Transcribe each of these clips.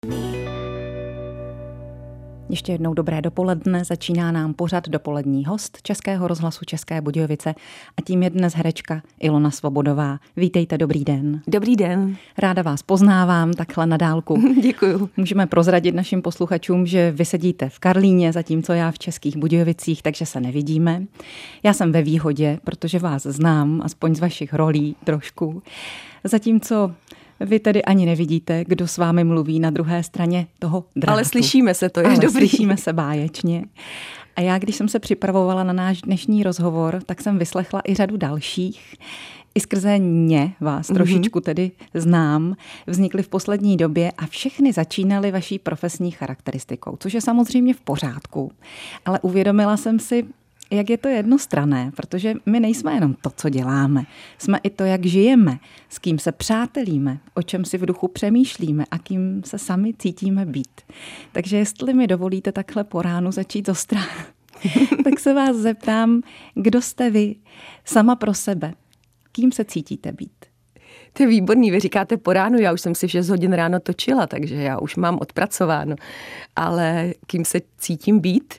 Ještě jednou dobré dopoledne, začíná nám pořad Dopolední host Českého rozhlasu České Budějovice a tím je dnes herečka Ilona Svobodová. Vítejte, dobrý den. Dobrý den. Ráda vás poznávám takhle na dálku. Děkuju. Můžeme prozradit našim posluchačům, že vy sedíte v Karlíně, zatímco já v Českých Budějovicích, takže se nevidíme. Já jsem ve výhodě, protože vás znám, aspoň z vašich rolí trošku. Zatímco vy tedy ani nevidíte, kdo s vámi mluví na druhé straně toho drátu. Ale slyšíme se, to je dobrý. Slyšíme se báječně. A já, když jsem se připravovala na náš dnešní rozhovor, tak jsem vyslechla i řadu dalších. I skrze ně vás trošičku tedy znám, vznikly v poslední době a všechny začínaly vaší profesní charakteristikou, což je samozřejmě v pořádku. Ale uvědomila jsem si, jak je to jednostranné, protože my nejsme jenom to, co děláme. Jsme i to, jak žijeme, s kým se přátelíme, o čem si v duchu přemýšlíme a kým se sami cítíme být. Takže jestli mi dovolíte takhle po ránu začít ostrá, tak se vás zeptám, kdo jste vy sama pro sebe? Kým se cítíte být? To je výborný, vy říkáte po ránu, já už jsem si v 6 hodin ráno točila, takže já už mám odpracováno. Ale kým se cítím být?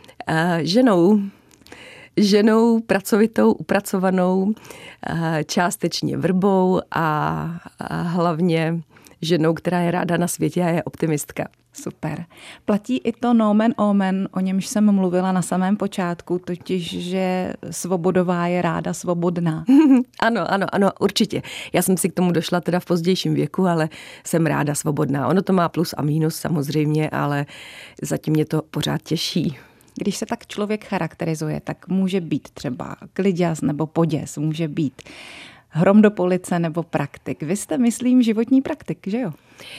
Ženou pracovitou, upracovanou, částečně vrbou a hlavně ženou, která je ráda na světě a je optimistka. Super. Platí i to nomen omen, o němž jsem mluvila na samém počátku, totiž, že Svobodová je ráda svobodná. Ano, určitě. Já jsem si k tomu došla teda v pozdějším věku, ale jsem ráda svobodná. Ono to má plus a mínus samozřejmě, ale zatím mě to pořád těší. Když se tak člověk charakterizuje, tak může být třeba kliďas nebo poděs, může být hrom do police nebo praktik. Vy jste, myslím, životní praktik, že jo?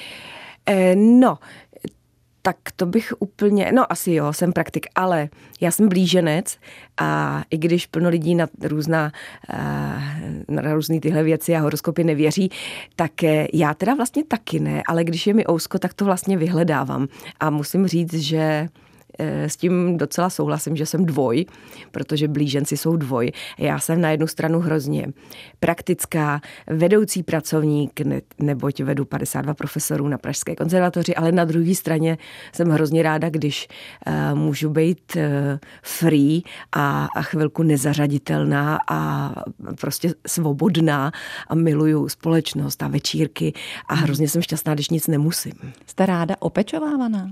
Tak to bych úplně, asi jo, jsem praktik, ale já jsem blíženec a i když plno lidí na různý tyhle věci a horoskopy nevěří, tak já teda vlastně taky ne, ale když je mi ousko, tak to vlastně vyhledávám a musím říct, že s tím docela souhlasím, že jsem dvoj, protože blíženci jsou dvoj. Já jsem na jednu stranu hrozně praktická, vedoucí pracovník, neboť vedu 52 profesorů na Pražské konzervatoři, ale na druhé straně jsem hrozně ráda, když můžu být free a chvilku nezařaditelná a prostě svobodná a miluju společnost a večírky a hrozně jsem šťastná, když nic nemusím. Jste ráda opečovávaná?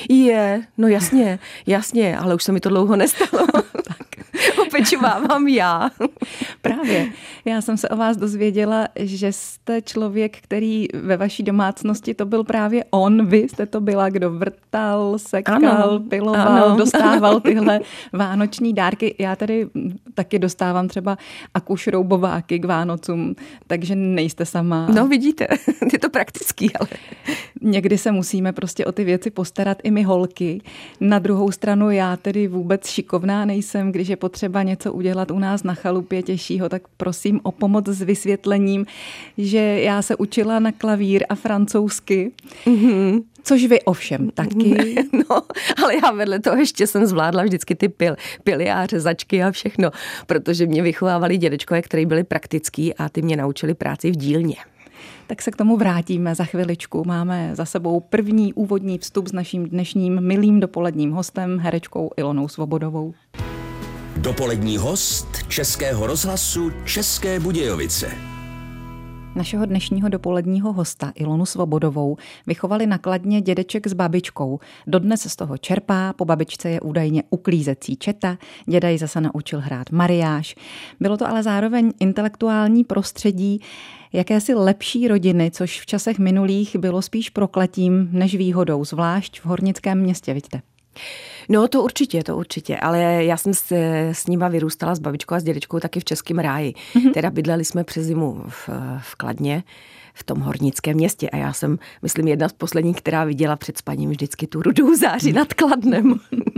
Jasně, ale už se mi to dlouho nestalo. Tak opečovávám já. Právě. Já jsem se o vás dozvěděla, že jste člověk, který ve vaší domácnosti to byl právě on. Vy jste to byla, kdo vrtal, sekal, piloval, dostával tyhle vánoční dárky. Já tady taky dostávám třeba akušroubováky k Vánocům, takže nejste sama. No vidíte, je to praktický, ale... Někdy se musíme prostě o ty věci postarat i my holky. Na druhou stranu já tedy vůbec šikovná nejsem, když je potřeba něco udělat u nás na chalupě těžšího, tak prosím o pomoc s vysvětlením, že já se učila na klavír a francouzsky, což vy ovšem taky. Ale já vedle toho ještě jsem zvládla vždycky ty pily a řezačky a všechno, protože mě vychovávali dědečkové, kteří byli praktický a ty mě naučili práci v dílně. Tak se k tomu vrátíme za chviličku. Máme za sebou první úvodní vstup s naším dnešním milým dopoledním hostem, herečkou Ilonou Svobodovou. Dopolední host Českého rozhlasu České Budějovice. Našeho dnešního dopoledního hosta Ilonu Svobodovou vychovali na Kladně dědeček s babičkou. Dodnes z toho čerpá, po babičce je údajně uklízecí četa, děda ji zase naučil hrát mariáš. Bylo to ale zároveň intelektuální prostředí jakési lepší rodiny, což v časech minulých bylo spíš prokletím než výhodou, zvlášť v hornickém městě, vidíte. No to určitě, ale já jsem s nima vyrůstala s babičkou a s dědečkou taky v Českém ráji. Teda bydleli jsme přes zimu v Kladně, v tom hornickém městě a já jsem, myslím, jedna z posledních, která viděla před spaním vždycky tu rudou záři nad Kladnem.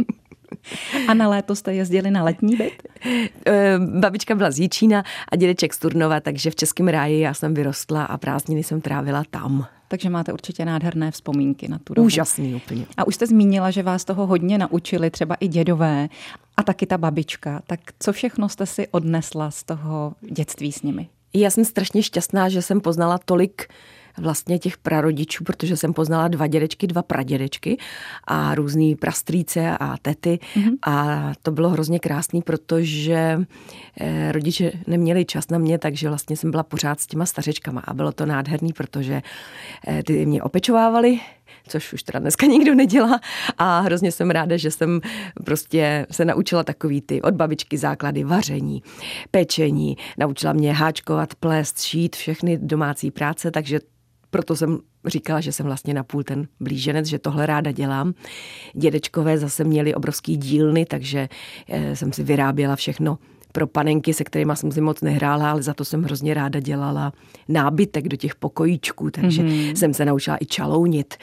A na léto jste jezdili na letní byt? Babička byla z Jičína a dědeček z Turnova, takže v Českém ráji já jsem vyrostla a prázdniny jsem trávila tam. Takže máte určitě nádherné vzpomínky na tu dobu. Úžasný úplně. A už jste zmínila, že vás toho hodně naučili, třeba i dědové a taky ta babička. Tak co všechno jste si odnesla z toho dětství s nimi? Já jsem strašně šťastná, že jsem poznala tolik vlastně těch prarodičů, protože jsem poznala 2 dědečky, 2 pradědečky a různý prastrýce a tety a to bylo hrozně krásný, protože rodiče neměli čas na mě, takže vlastně jsem byla pořád s těma stařečkama a bylo to nádherný, protože ty mě opečovávali, což už teda dneska nikdo nedělá a hrozně jsem ráda, že jsem prostě se naučila takový ty od babičky základy vaření, pečení, naučila mě háčkovat, plést, šít, všechny domácí práce, takže proto jsem říkala, že jsem vlastně napůl ten blíženec, že tohle ráda dělám. Dědečkové zase měli obrovský dílny, takže jsem si vyráběla všechno pro panenky, se kterýma jsem si moc nehrála, ale za to jsem hrozně ráda dělala nábytek do těch pokojíčků, takže jsem se naučila i čalounit,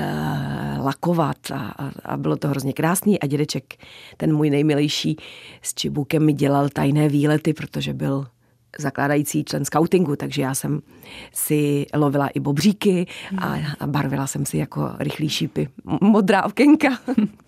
lakovat a bylo to hrozně krásný a dědeček, ten můj nejmilejší s Čibukem mi dělal tajné výlety, protože byl zakládající člen skautingu, takže já jsem si lovila i bobříky a barvila jsem si jako rychlý šípy modrá okénka.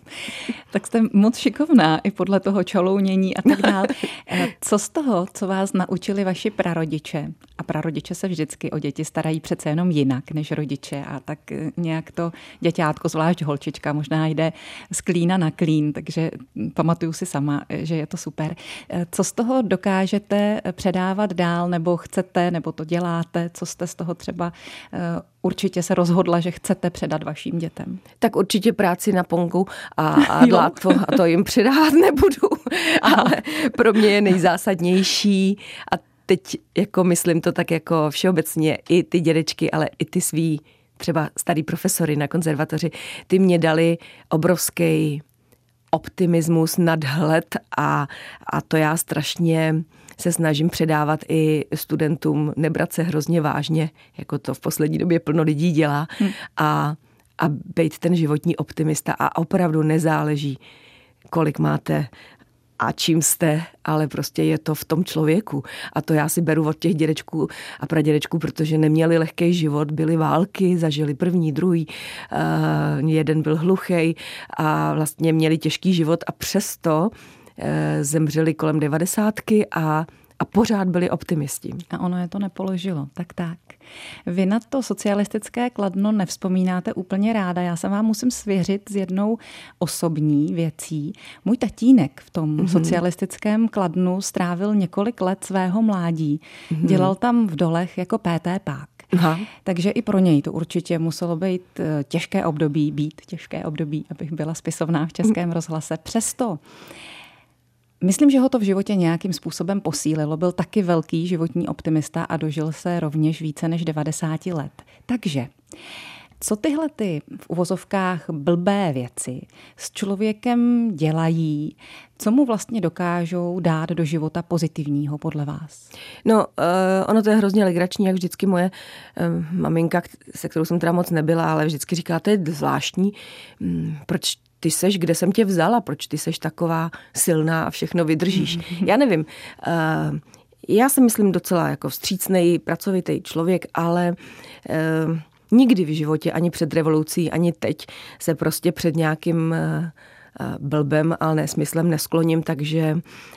Tak jste moc šikovná i podle toho čalounění a tak dále. Co z toho, co vás naučili vaši prarodiče, a prarodiče se vždycky o děti starají přece jenom jinak než rodiče a tak nějak to děťátko, zvlášť holčička, možná jde z klína na klín, takže pamatuju si sama, že je to super. Co z toho dokážete předávat dál, nebo chcete, nebo to děláte, co jste z toho třeba určitě se rozhodla, že chcete předat vašim dětem? Tak určitě práci na pongu a dlátvo a to jim předávat nebudu, ale pro mě je nejzásadnější a teď jako myslím to tak jako všeobecně i ty dědečky, ale i ty svý třeba starý profesory na konzervatoři, ty mě dali obrovský optimismus, nadhled a to já strašně se snažím předávat i studentům, nebrat se hrozně vážně, jako to v poslední době plno lidí dělá a být ten životní optimista a opravdu nezáleží, kolik máte a čím jste, ale prostě je to v tom člověku. A to já si beru od těch dědečků a pradědečků, protože neměli lehký život, byly války, zažili první, druhý, jeden byl hluchej a vlastně měli těžký život a přesto zemřeli kolem 90 a pořád byli optimisti. A ono je to nepoložilo, tak. Vy na to socialistické Kladno nevzpomínáte úplně ráda. Já se vám musím svěřit s jednou osobní věcí. Můj tatínek v tom socialistickém Kladnu strávil několik let svého mládí. Dělal tam v dolech jako PT pák. Aha. Takže i pro něj to určitě muselo být těžké období, abych byla spisovná v Českém rozhlase. Přesto myslím, že ho to v životě nějakým způsobem posílilo. Byl taky velký životní optimista a dožil se rovněž více než 90 let. Takže, co tyhle ty v uvozovkách blbé věci s člověkem dělají, co mu vlastně dokážou dát do života pozitivního podle vás? No, ono to je hrozně legrační, jak vždycky moje maminka, se kterou jsem teda moc nebyla, ale vždycky říkala, to je zvláštní, proč ty seš, kde jsem tě vzala, proč ty seš taková silná a všechno vydržíš. Já nevím, já si myslím docela jako vstřícnej, pracovitý člověk, ale nikdy v životě, ani před revolucí, ani teď se prostě před nějakým blbem, ale nesmyslem neskloním, takže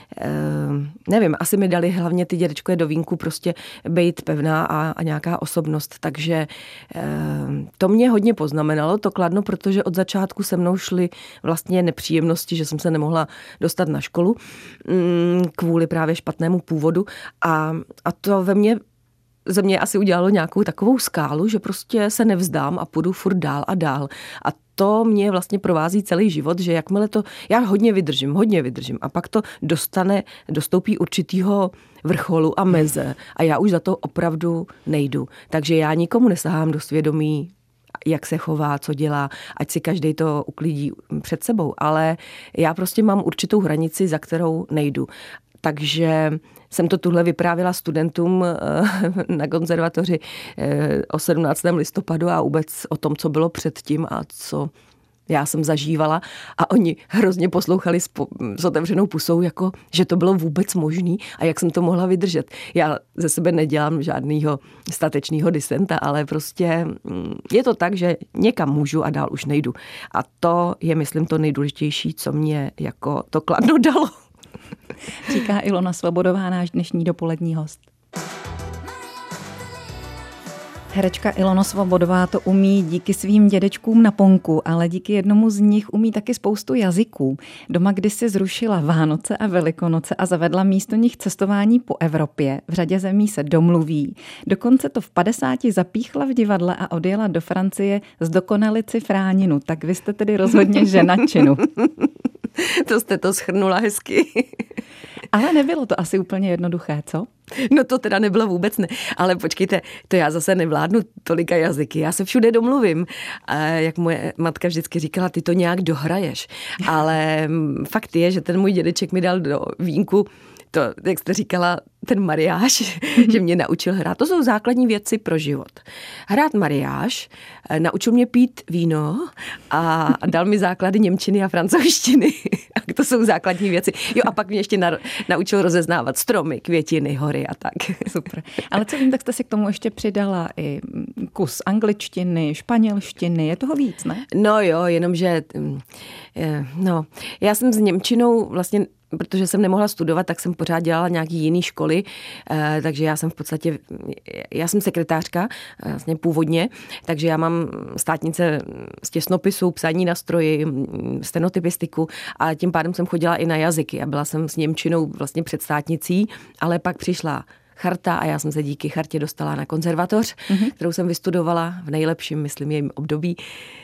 nevím, asi mi dali hlavně ty dědečkové do vínku prostě být pevná a nějaká osobnost, takže to mě hodně poznamenalo, to Kladno, protože od začátku se mnou šly vlastně nepříjemnosti, že jsem se nemohla dostat na školu kvůli právě špatnému původu a to ze mě asi udělalo nějakou takovou skálu, že prostě se nevzdám a půjdu furt dál a dál. A to mě vlastně provází celý život, že jakmile to, já hodně vydržím a pak to dostoupí určitýho vrcholu a meze a já už za to opravdu nejdu. Takže já nikomu nesahám do svědomí, jak se chová, co dělá, ať si každej to uklidí před sebou, ale já prostě mám určitou hranici, za kterou nejdu. Takže jsem to tuhle vyprávěla studentům na konzervatoři o 17. listopadu a vůbec o tom, co bylo předtím a co já jsem zažívala a oni hrozně poslouchali s otevřenou pusou, jako, že to bylo vůbec možný a jak jsem to mohla vydržet. Já ze sebe nedělám žádnýho statečného disenta, ale prostě je to tak, že někam můžu a dál už nejdu. A to je, myslím, to nejdůležitější, co mě jako to Kladno dalo. Říká Ilona Svobodová, náš dnešní dopolední host. Herečka Ilona Svobodová to umí díky svým dědečkům na Ponku, ale díky jednomu z nich umí taky spoustu jazyků. Doma kdysi zrušila Vánoce a Velikonoce a zavedla místo nich cestování po Evropě. V řadě zemí se domluví. Dokonce to v 50 zapíchla v divadle a odjela do Francie zdokonalit si Fráninu. Tak vy jste tedy rozhodně žena činu. To jste to shrnula hezky. Ale nebylo to asi úplně jednoduché, co? No to teda nebylo vůbec ne. Ale počkejte, to já zase nevládnu tolika jazyky. Já se všude domluvím. Jak moje matka vždycky říkala, ty to nějak dohraješ. Ale fakt je, že ten můj dědeček mi dal do vínku to, jak jste říkala, ten mariáš, že mě naučil hrát. To jsou základní věci pro život. Hrát mariáš, naučil mě pít víno a dal mi základy němčiny a francouzštiny. To jsou základní věci. Jo, a pak mě ještě naučil rozeznávat stromy, květiny, hory a tak. Super. Ale co vím, tak jste si k tomu ještě přidala i kus angličtiny, španělštiny. Je toho víc, ne? No jo, jenomže já jsem s němčinou vlastně, protože jsem nemohla studovat, tak jsem pořád dělala nějaký jiný školy, takže já jsem v podstatě, já jsem sekretářka vlastně původně, takže já mám státnice z těsnopisu, psaní na stroji, stenotypistiku a tím pádem jsem chodila i na jazyky a byla jsem s němčinou vlastně před státnicí, ale pak přišla charta a já jsem se díky chartě dostala na konzervatoř, kterou jsem vystudovala v nejlepším, myslím, jejím období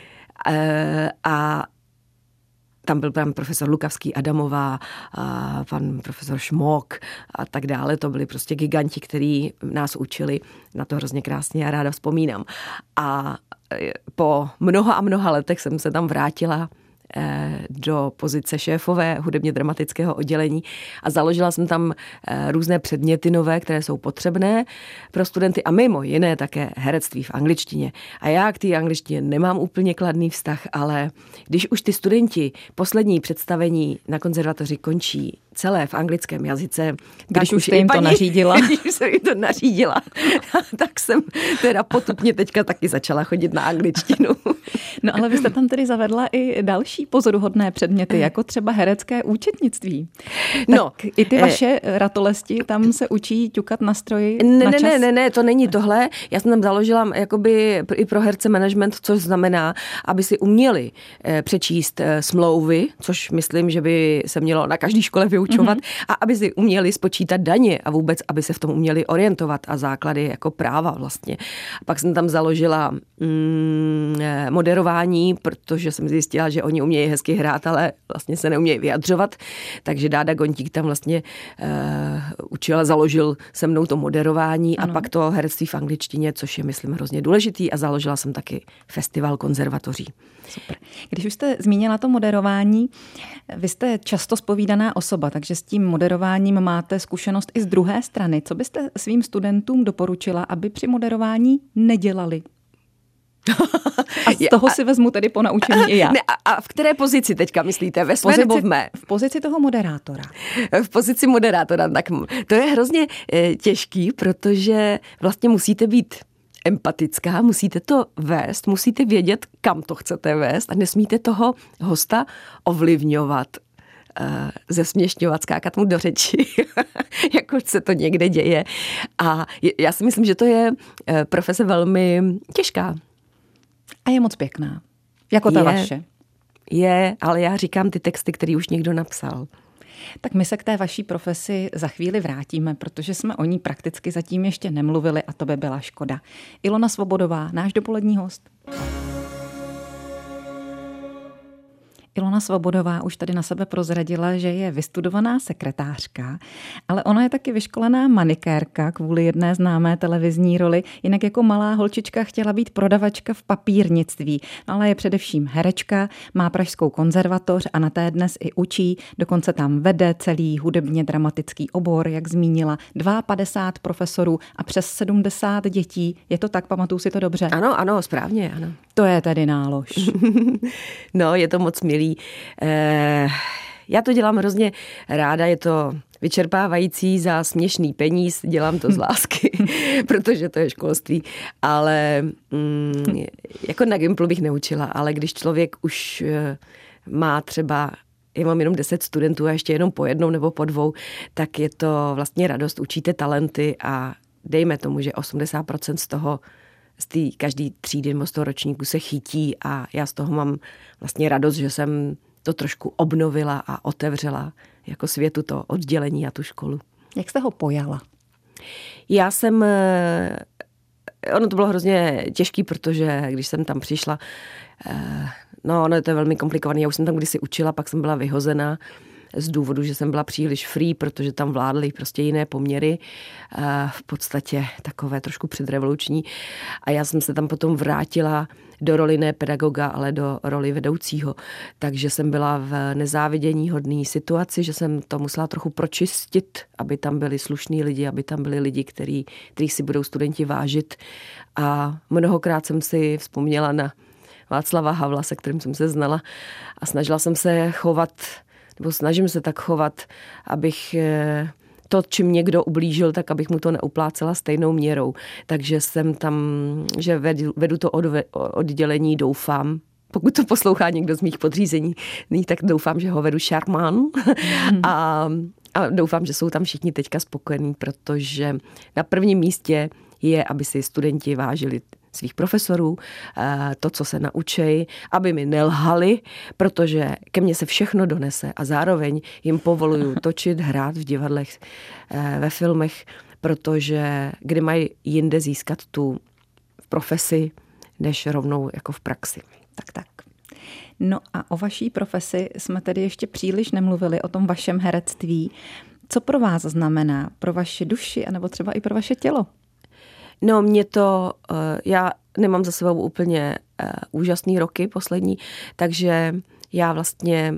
a tam byl pan profesor Lukavský, Adamová, a pan profesor Šmok a tak dále. To byli prostě giganti, kteří nás učili. Na to hrozně krásně a ráda vzpomínám. A po mnoha a mnoha letech jsem se tam vrátila do pozice šéfové hudebně dramatického oddělení a založila jsem tam různé předměty nové, které jsou potřebné pro studenty a mimo jiné také herectví v angličtině. A já k té angličtině nemám úplně kladný vztah, ale když už ty studenti poslední představení na konzervatoři končí celé v anglickém jazyce. Když už jste jim to nařídila. Když jsem jim to nařídila, tak jsem teda potupně teďka taky začala chodit na angličtinu. No ale vy jste tam tedy zavedla i další pozoruhodné předměty, jako třeba herecké účetnictví. No, tak i ty vaše ratolesti tam se učí ťukat na stroji na čas? Ne, to není tohle. Já jsem tam založila jakoby i pro herce management, což znamená, aby si uměli přečíst smlouvy, což myslím, že by se mělo na každé škole vyučovat, a aby si uměli spočítat daně a vůbec, aby se v tom uměli orientovat a základy jako práva vlastně. Pak jsem tam založila moderování, protože jsem zjistila, že oni umějí hezky hrát, ale vlastně se neumějí vyjadřovat, takže Dáda Gontík tam vlastně založil se mnou to moderování a pak to herectví v angličtině, což je, myslím, hrozně důležitý a založila jsem taky festival konzervatoří. Super. Když už jste zmínila to moderování, vy jste často zpovídaná osoba, takže s tím moderováním máte zkušenost i z druhé strany. Co byste svým studentům doporučila, aby při moderování nedělali? A z toho si vezmu tedy po naučení i já. A v které pozici teďka myslíte? Ve své nebo v mé? V pozici toho moderátora. V pozici moderátora. Tak to je hrozně těžký, protože vlastně musíte být empatická, musíte to vést, musíte vědět, kam to chcete vést a nesmíte toho hosta ovlivňovat, zesměšňovat, skákat mu do řeči, jako se to někde děje. A já si myslím, že to je profese velmi těžká. A je moc pěkná. Jako ta vaše. Je, ale já říkám ty texty, který už někdo napsal. Tak my se k té vaší profesi za chvíli vrátíme, protože jsme o ní prakticky zatím ještě nemluvili a to by byla škoda. Ilona Svobodová, náš dopolední host. Ilona Svobodová už tady na sebe prozradila, že je vystudovaná sekretářka, ale ona je taky vyškolená manikérka kvůli jedné známé televizní roli. Jinak jako malá holčička chtěla být prodavačka v papírnictví, ale je především herečka, má pražskou konzervatoř a na té dnes i učí, dokonce tam vede celý hudebně dramatický obor, jak zmínila, 52 profesorů a přes 70 dětí. Je to tak, pamatuju si to dobře? Ano, správně, ano. To je tedy nálož. No, je to moc milý. Já to dělám hrozně ráda, je to vyčerpávající za směšný peníz, dělám to z lásky, protože to je školství, ale jako na Gimplu bych neučila, ale když člověk už má třeba, já mám jenom 10 studentů a ještě jenom po jednou nebo po dvou, tak je to vlastně radost, učíte talenty a dejme tomu, že 80% z toho každý třídy nebo z toho ročníku se chytí a já z toho mám vlastně radost, že jsem to trošku obnovila a otevřela jako světu to oddělení a tu školu. Jak jste ho pojala? Ono to bylo hrozně těžký, protože když jsem tam přišla, ono to je velmi komplikované, já už jsem tam kdysi učila, pak jsem byla vyhozená z důvodu, že jsem byla příliš free, protože tam vládly prostě jiné poměry, v podstatě takové trošku předrevoluční. A já jsem se tam potom vrátila do roli ne pedagoga, ale do roli vedoucího. Takže jsem byla v nezáviděníhodné situaci, že jsem to musela trochu pročistit, aby tam byli slušní lidi, aby tam byli lidi, kterých si budou studenti vážit. A mnohokrát jsem si vzpomněla na Václava Havla, se kterým jsem se znala a snažila jsem se chovat, nebo snažím se tak chovat, abych to, čím někdo ublížil, tak abych mu to neuplácela stejnou měrou. Takže jsem tam, že vedu to oddělení, doufám, pokud to poslouchá někdo z mých podřízení, tak doufám, že ho vedu šarmán a doufám, že jsou tam všichni teďka spokojení, protože na prvním místě je, aby si studenti vážili svých profesorů, to, co se naučí, aby mi nelhali, protože ke mně se všechno donese a zároveň jim povoluju točit, hrát v divadlech, ve filmech, protože kdy mají jinde získat tu profesi, než rovnou jako v praxi. Tak. No a o vaší profesi jsme tedy ještě příliš nemluvili, o tom vašem herectví. Co pro vás znamená? Pro vaši duši, anebo třeba i pro vaše tělo? No, já nemám za sebou úplně úžasný roky poslední, takže já vlastně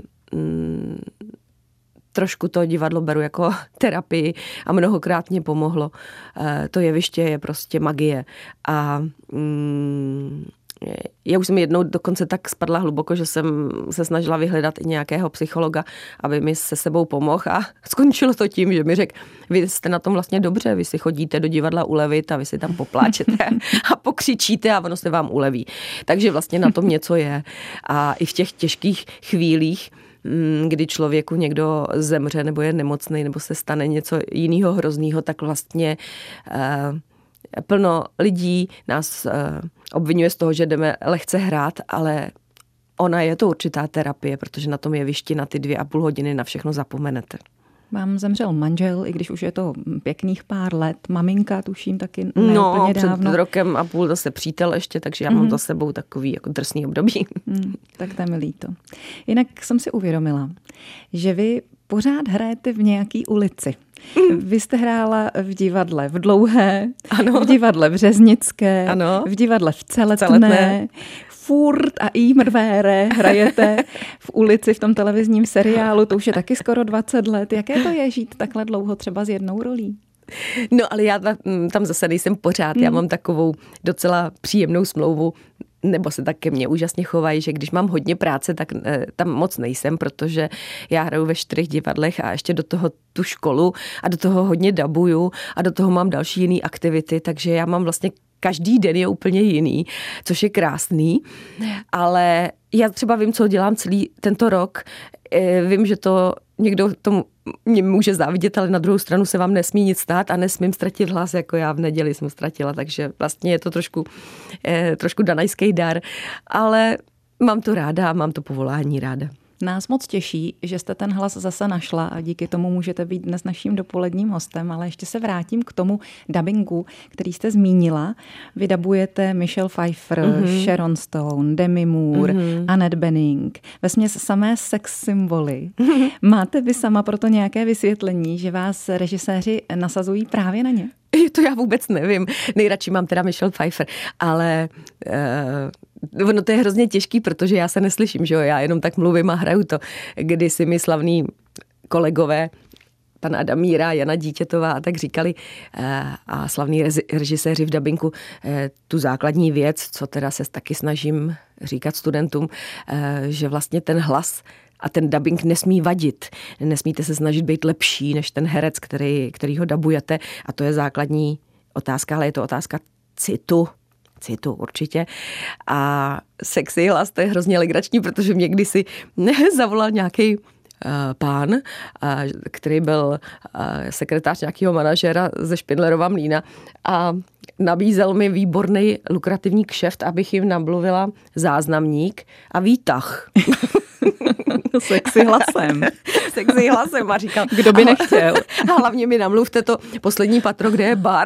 trošku to divadlo beru jako terapii a mnohokrát mě pomohlo. To jeviště je prostě magie a já už jsem jednou dokonce tak spadla hluboko, že jsem se snažila vyhledat i nějakého psychologa, aby mi se sebou pomohl a skončilo to tím, že mi řekl, vy jste na tom vlastně dobře, vy si chodíte do divadla ulevit a vy si tam popláčete a pokřičíte a ono se vám uleví. Takže vlastně na tom něco je. A i v těch těžkých chvílích, kdy člověku někdo zemře nebo je nemocný nebo se stane něco jiného hroznýho, tak vlastně plno lidí nás obvinuje z toho, že jdeme lehce hrát, ale ona je to určitá terapie, protože na tom jevišti na ty 2,5 hodiny na všechno zapomenete. Vám zemřel manžel, i když už je to pěkných pár let. Maminka, tuším, taky neúplně dávno. Před rokem a půl zase přítel ještě, takže já mám za sebou takový jako drsný období. Tak to je mi líto. Jinak jsem si uvědomila, že vy pořád hrajete v nějaký ulici. Vy jste hrála v divadle v Dlouhé, ano. V divadle v Řeznické, ano. V divadle v Celetné. Furt a Imrvére hrajete v ulici v tom televizním seriálu, to už je taky skoro 20 let. Jaké to je žít takhle dlouho třeba s jednou rolí? No ale já tam zase nejsem pořád, já mám takovou docela příjemnou smlouvu, nebo se tak ke mně úžasně chovají, že když mám hodně práce, tak tam moc nejsem, protože já hraju ve 4 divadlech a ještě do toho tu školu a do toho hodně dabuju a do toho mám další jiné aktivity, takže já mám vlastně každý den je úplně jiný, což je krásný, ale já třeba vím, co dělám celý tento rok, vím, že to někdo tomu mě může závidět, ale na druhou stranu se vám nesmí nic stát a nesmím ztratit hlas, jako já v neděli jsem ztratila, takže vlastně je to trošku danajský dar, ale mám to ráda, mám to povolání ráda. Nás moc těší, že jste ten hlas zase našla a díky tomu můžete být dnes naším dopoledním hostem, ale ještě se vrátím k tomu dabingu, který jste zmínila. Vy dabujete Michelle Pfeiffer, Sharon Stone, Demi Moore, Annette Bening, vesměs samé sex symboly. Máte vy sama proto nějaké vysvětlení, že vás režiséři nasazují právě na ně? To já vůbec nevím. Nejradši mám teda Michelle Pfeiffer, ale ono to je hrozně těžký, protože já se neslyším, že jo, já jenom tak mluvím a hraju to. Kdysi mi slavní kolegové, pan Adam Míra, Jana Dítětová a tak říkali a slavní režiséři v dabingu tu základní věc, co teda se taky snažím říkat studentům, že vlastně ten hlas a ten dabing nesmí vadit. Nesmíte se snažit být lepší než ten herec, který ho dabujete. A to je základní otázka, ale je to otázka citu určitě. A sexy hlas, to je hrozně legrační, protože mě kdysi zavolal nějaký pán, který byl sekretář nějakého manažera ze Špindlerova Mlýna a nabízel mi výborný lukrativní kšeft, abych jim namluvila záznamník a výtah. Sexy hlasem. Sexy hlasem a říkal, kdo by nechtěl. A hlavně mi namluvte to poslední patro, kde je bar.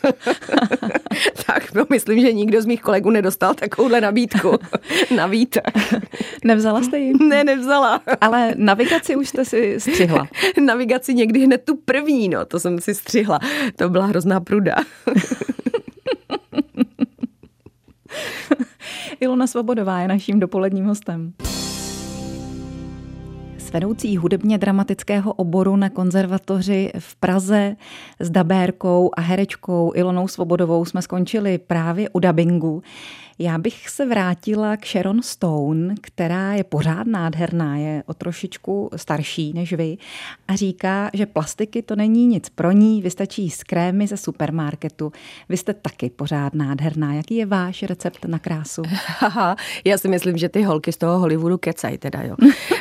Tak myslím, že nikdo z mých kolegů nedostal takovouhle nabídku na výtah. Nevzala jste ji? Ne, nevzala. Ale navigaci už jste si střihla. Navigaci někdy hned tu první, no, to jsem si střihla. To byla hrozná pruda. Ilona Svobodová je naším dopoledním hostem. S vedoucí hudebně dramatického oboru na konzervatoři v Praze s dabérkou a herečkou Ilonou Svobodovou jsme skončili právě u dabingu. Já bych se vrátila k Sharon Stone, která je pořád nádherná, je o trošičku starší než vy a říká, že plastiky to není nic pro ní, vystačí z krémy ze supermarketu. Vy jste taky pořád nádherná. Jaký je váš recept na krásu? Aha, já si myslím, že ty holky z toho Hollywoodu kecají teda, jo.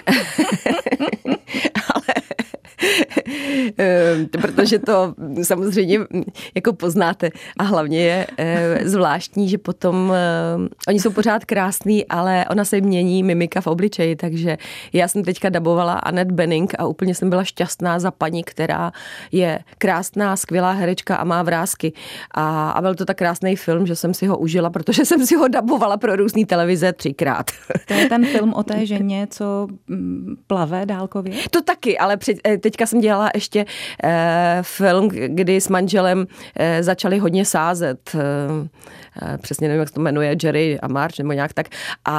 Protože to samozřejmě jako poznáte a hlavně je zvláštní, že potom oni jsou pořád krásný, ale ona se mění mimika v obličeji, takže já jsem teďka dabovala Annette Bening a úplně jsem byla šťastná za paní, která je krásná, skvělá herečka a má vrásky a byl to tak krásný film, že jsem si ho užila, protože jsem si ho dabovala pro různý televize 3krát. To je ten film o té ženě, co plave dálkově? To taky, ale teďka jsem dělala ještě film, kdy s manželem začali hodně sázet. Přesně nevím, jak se to jmenuje, Jerry a Marge nebo nějak tak.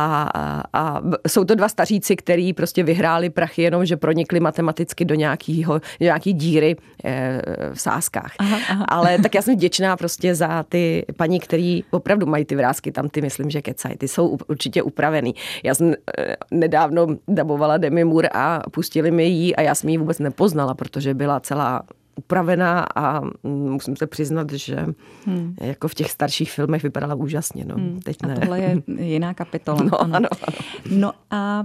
A jsou to dva staříci, který prostě vyhráli prachy jenom, že pronikli matematicky do nějaký díry v sázkách. Aha. Ale tak já jsem vděčná prostě za ty paní, který opravdu mají ty vrásky, tam ty myslím, že kecají. Ty jsou určitě upravený. Já jsem nedávno dabovala Demi Moore a pustili mi ji a já jsem ji vůbec nepoznala, protože byla celá upravená a musím se přiznat, že jako v těch starších filmech vypadala úžasně. No. Teď ne. A tohle je jiná kapitola. No, ano. No a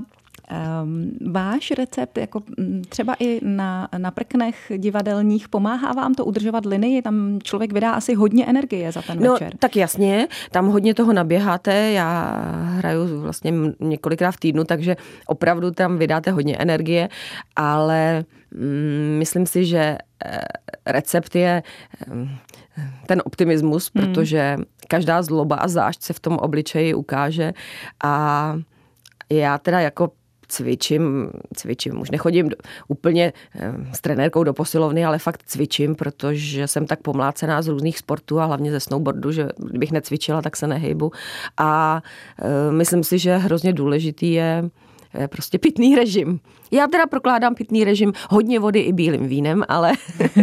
váš recept, jako třeba i na prknech divadelních, pomáhá vám to udržovat linii? Tam člověk vydá asi hodně energie za ten večer. Tak jasně, tam hodně toho naběháte. Já hraju vlastně několikrát v týdnu, takže opravdu tam vydáte hodně energie, ale myslím si, že recept je ten optimismus, protože každá zloba a zášť se v tom obličeji ukáže a já teda jako cvičím, už nechodím úplně s trenérkou do posilovny, ale fakt cvičím, protože jsem tak pomlácená z různých sportů a hlavně ze snowboardu, že kdybych necvičila, tak se nehejbu. A myslím si, že hrozně důležitý je prostě pitný režim. Já teda prokládám pitný režim, hodně vody i bílým vínem, ale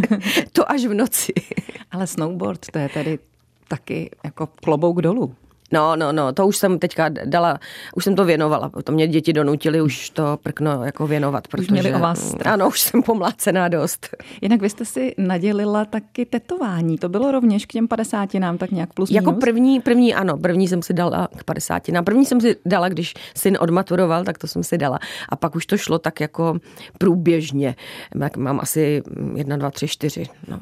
to až v noci. Ale snowboard, to je tedy taky jako klobouk dolů. No, to už jsem teďka dala, už jsem to věnovala, to mě děti donutili už to prkno jako věnovat, protože... Už měli o vás strach. Ano, už jsem pomlácená dost. Jinak vy jste si nadělila taky tetování, to bylo rovněž k těm 50 tak nějak plus minus? Jako první jsem si dala k 50. První jsem si dala, když syn odmaturoval, tak to jsem si dala. A pak už to šlo tak jako průběžně. Mám asi 1, 2, 3, 4. No.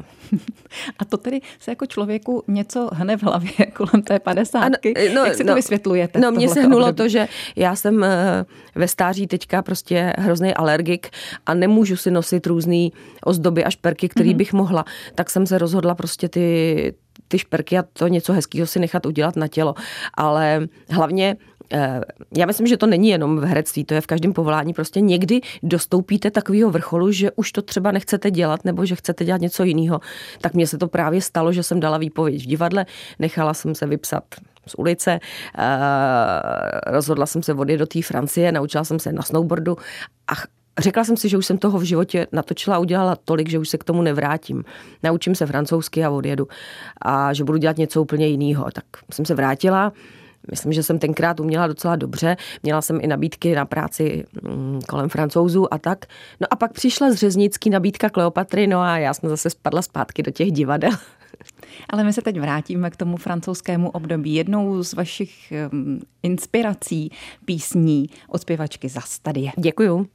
A to tedy se jako člověku něco hne v hlavě kolem té 50. Jak si to vysvětlujete? No, mně se hnulo to, že já jsem ve stáří teďka prostě hrozný alergik a nemůžu si nosit různý ozdoby a šperky, který bych mohla. Tak jsem se rozhodla prostě ty šperky a to něco hezkého si nechat udělat na tělo. Ale hlavně já myslím, že to není jenom v herectví, to je v každém povolání. Prostě někdy dostoupíte takového vrcholu, že už to třeba nechcete dělat nebo že chcete dělat něco jiného. Tak mně se to právě stalo, že jsem dala výpověď v divadle, nechala jsem se vypsat z ulice, rozhodla jsem se odjet do té Francie, naučila jsem se na snowboardu a řekla jsem si, že už jsem toho v životě natočila a udělala tolik, že už se k tomu nevrátím. Naučím se francouzsky a odjedu a že budu dělat něco úplně jiného. Tak jsem se vrátila. Myslím, že jsem tenkrát uměla docela dobře. Měla jsem i nabídky na práci kolem Francouzů a tak. No a pak přišla z Řeznický nabídka Kleopatry, no a já jsem zase spadla zpátky do těch divadel. Ale my se teď vrátíme k tomu francouzskému období. Jednou z vašich inspirací písní od zpěvačky Zas tady je. Děkuju.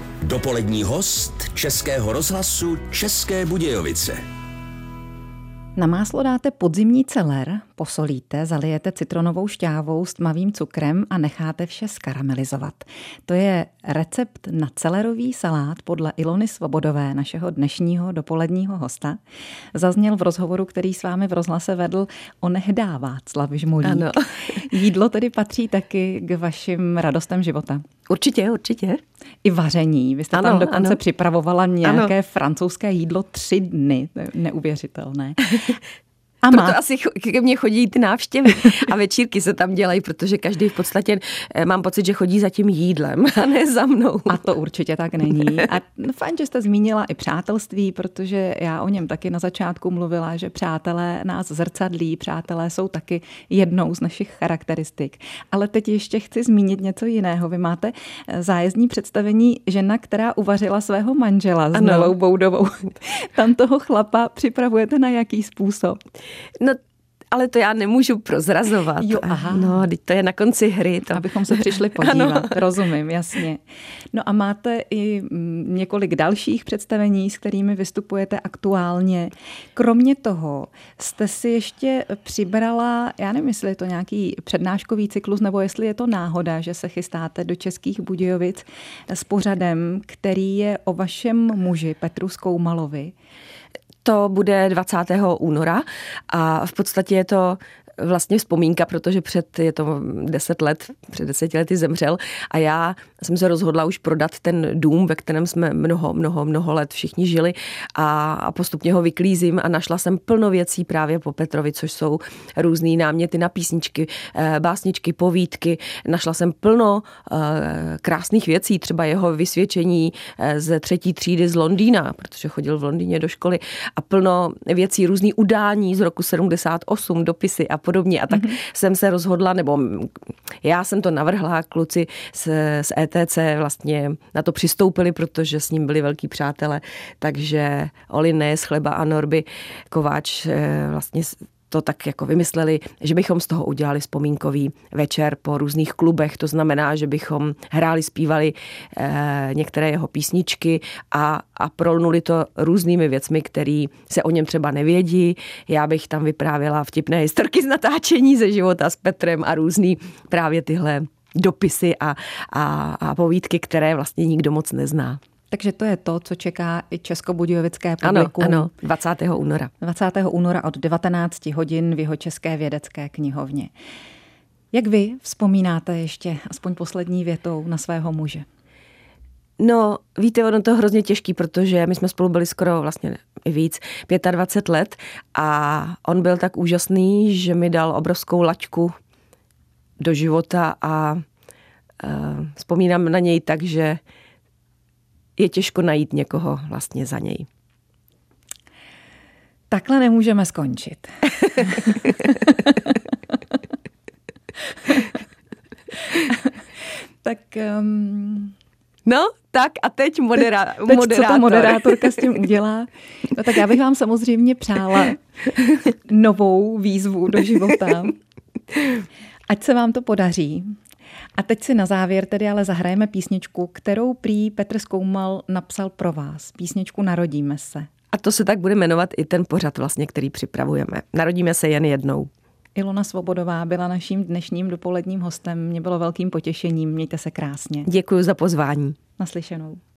Dopolední host Českého rozhlasu České Budějovice. Na máslo dáte podzimní celer, posolíte, zalijete citronovou šťávou s tmavým cukrem a necháte vše skaramelizovat. To je recept na celerový salát podle Ilony Svobodové, našeho dnešního dopoledního hosta. Zazněl v rozhovoru, který s vámi v rozhlase vedl onehdá Václav Žmolík. Ano. Jídlo tedy patří taky k vašim radostem života. Určitě, určitě. I vaření. Vy jste tam dokonce připravovala nějaké francouzské jídlo 3 dny. To je neuvěřitelné. A proto asi ke mně chodí ty návštěvy a večírky se tam dělají, protože každý v podstatě mám pocit, že chodí za tím jídlem a ne za mnou. A to určitě tak není. A fajn, že jste zmínila i přátelství, protože já o něm taky na začátku mluvila, že přátelé nás zrcadlí, přátelé jsou taky jednou z našich charakteristik. Ale teď ještě chci zmínit něco jiného. Vy máte zájezdní představení Žena, která uvařila svého manžela s Nelou Boudovou. Tam toho chlapa připravujete na jaký způsob? No, ale to já nemůžu prozrazovat. Jo, aha. No, to je na konci hry. To. Abychom se přišli podívat, ano. Rozumím, jasně. No a máte i několik dalších představení, s kterými vystupujete aktuálně. Kromě toho jste si ještě přibrala, já nevím, jestli je to nějaký přednáškový cyklus, nebo jestli je to náhoda, že se chystáte do Českých Budějovic s pořadem, který je o vašem muži Petru Skoumalovi. To bude 20. února a v podstatě je to vlastně vzpomínka, protože je to 10 let, před 10 lety zemřel a já jsem se rozhodla už prodat ten dům, ve kterém jsme mnoho let všichni žili a postupně ho vyklízím a našla jsem plno věcí právě po Petrovi, což jsou různý náměty na písničky, básničky, povídky. Našla jsem plno krásných věcí, třeba jeho vysvědčení ze 3. třídy z Londýna, protože chodil v Londýně do školy a plno věcí, různý udání z roku 78, dopisy a podobně. A tak jsem se rozhodla, nebo já jsem to navrhla, kluci z ETC vlastně na to přistoupili, protože s ním byli velký přátelé, takže Oli Nés, Chleba a Norby Kováč vlastně to tak jako vymysleli, že bychom z toho udělali vzpomínkový večer po různých klubech. To znamená, že bychom hráli, zpívali některé jeho písničky a prolnuli to různými věcmi, které se o něm třeba nevědí. Já bych tam vyprávěla vtipné historky z natáčení ze života s Petrem a různý právě tyhle dopisy a povídky, které vlastně nikdo moc nezná. Takže to je to, co čeká i českobudějovické publikum. Ano, 20. února. 20. února od 19 hodin v Jihočeské vědecké knihovně. Jak vy vzpomínáte ještě, aspoň poslední větou, na svého muže? No, víte, ono to hrozně těžký, protože my jsme spolu byli skoro vlastně i víc, 25 let a on byl tak úžasný, že mi dal obrovskou laťku do života a vzpomínám na něj tak, že je těžko najít někoho vlastně za něj. Takhle nemůžeme skončit. Tak... No, tak a teď co ta moderátorka s tím udělá? No, tak já bych vám samozřejmě přála novou výzvu do života. Ať se vám to podaří. A teď si na závěr tedy ale zahrajeme písničku, kterou prý Petr Skoumal napsal pro vás. Písničku Narodíme se. A to se tak bude jmenovat i ten pořad vlastně, který připravujeme. Narodíme se jen jednou. Ilona Svobodová byla naším dnešním dopoledním hostem. Mě bylo velkým potěšením. Mějte se krásně. Děkuji za pozvání. Naslyšenou.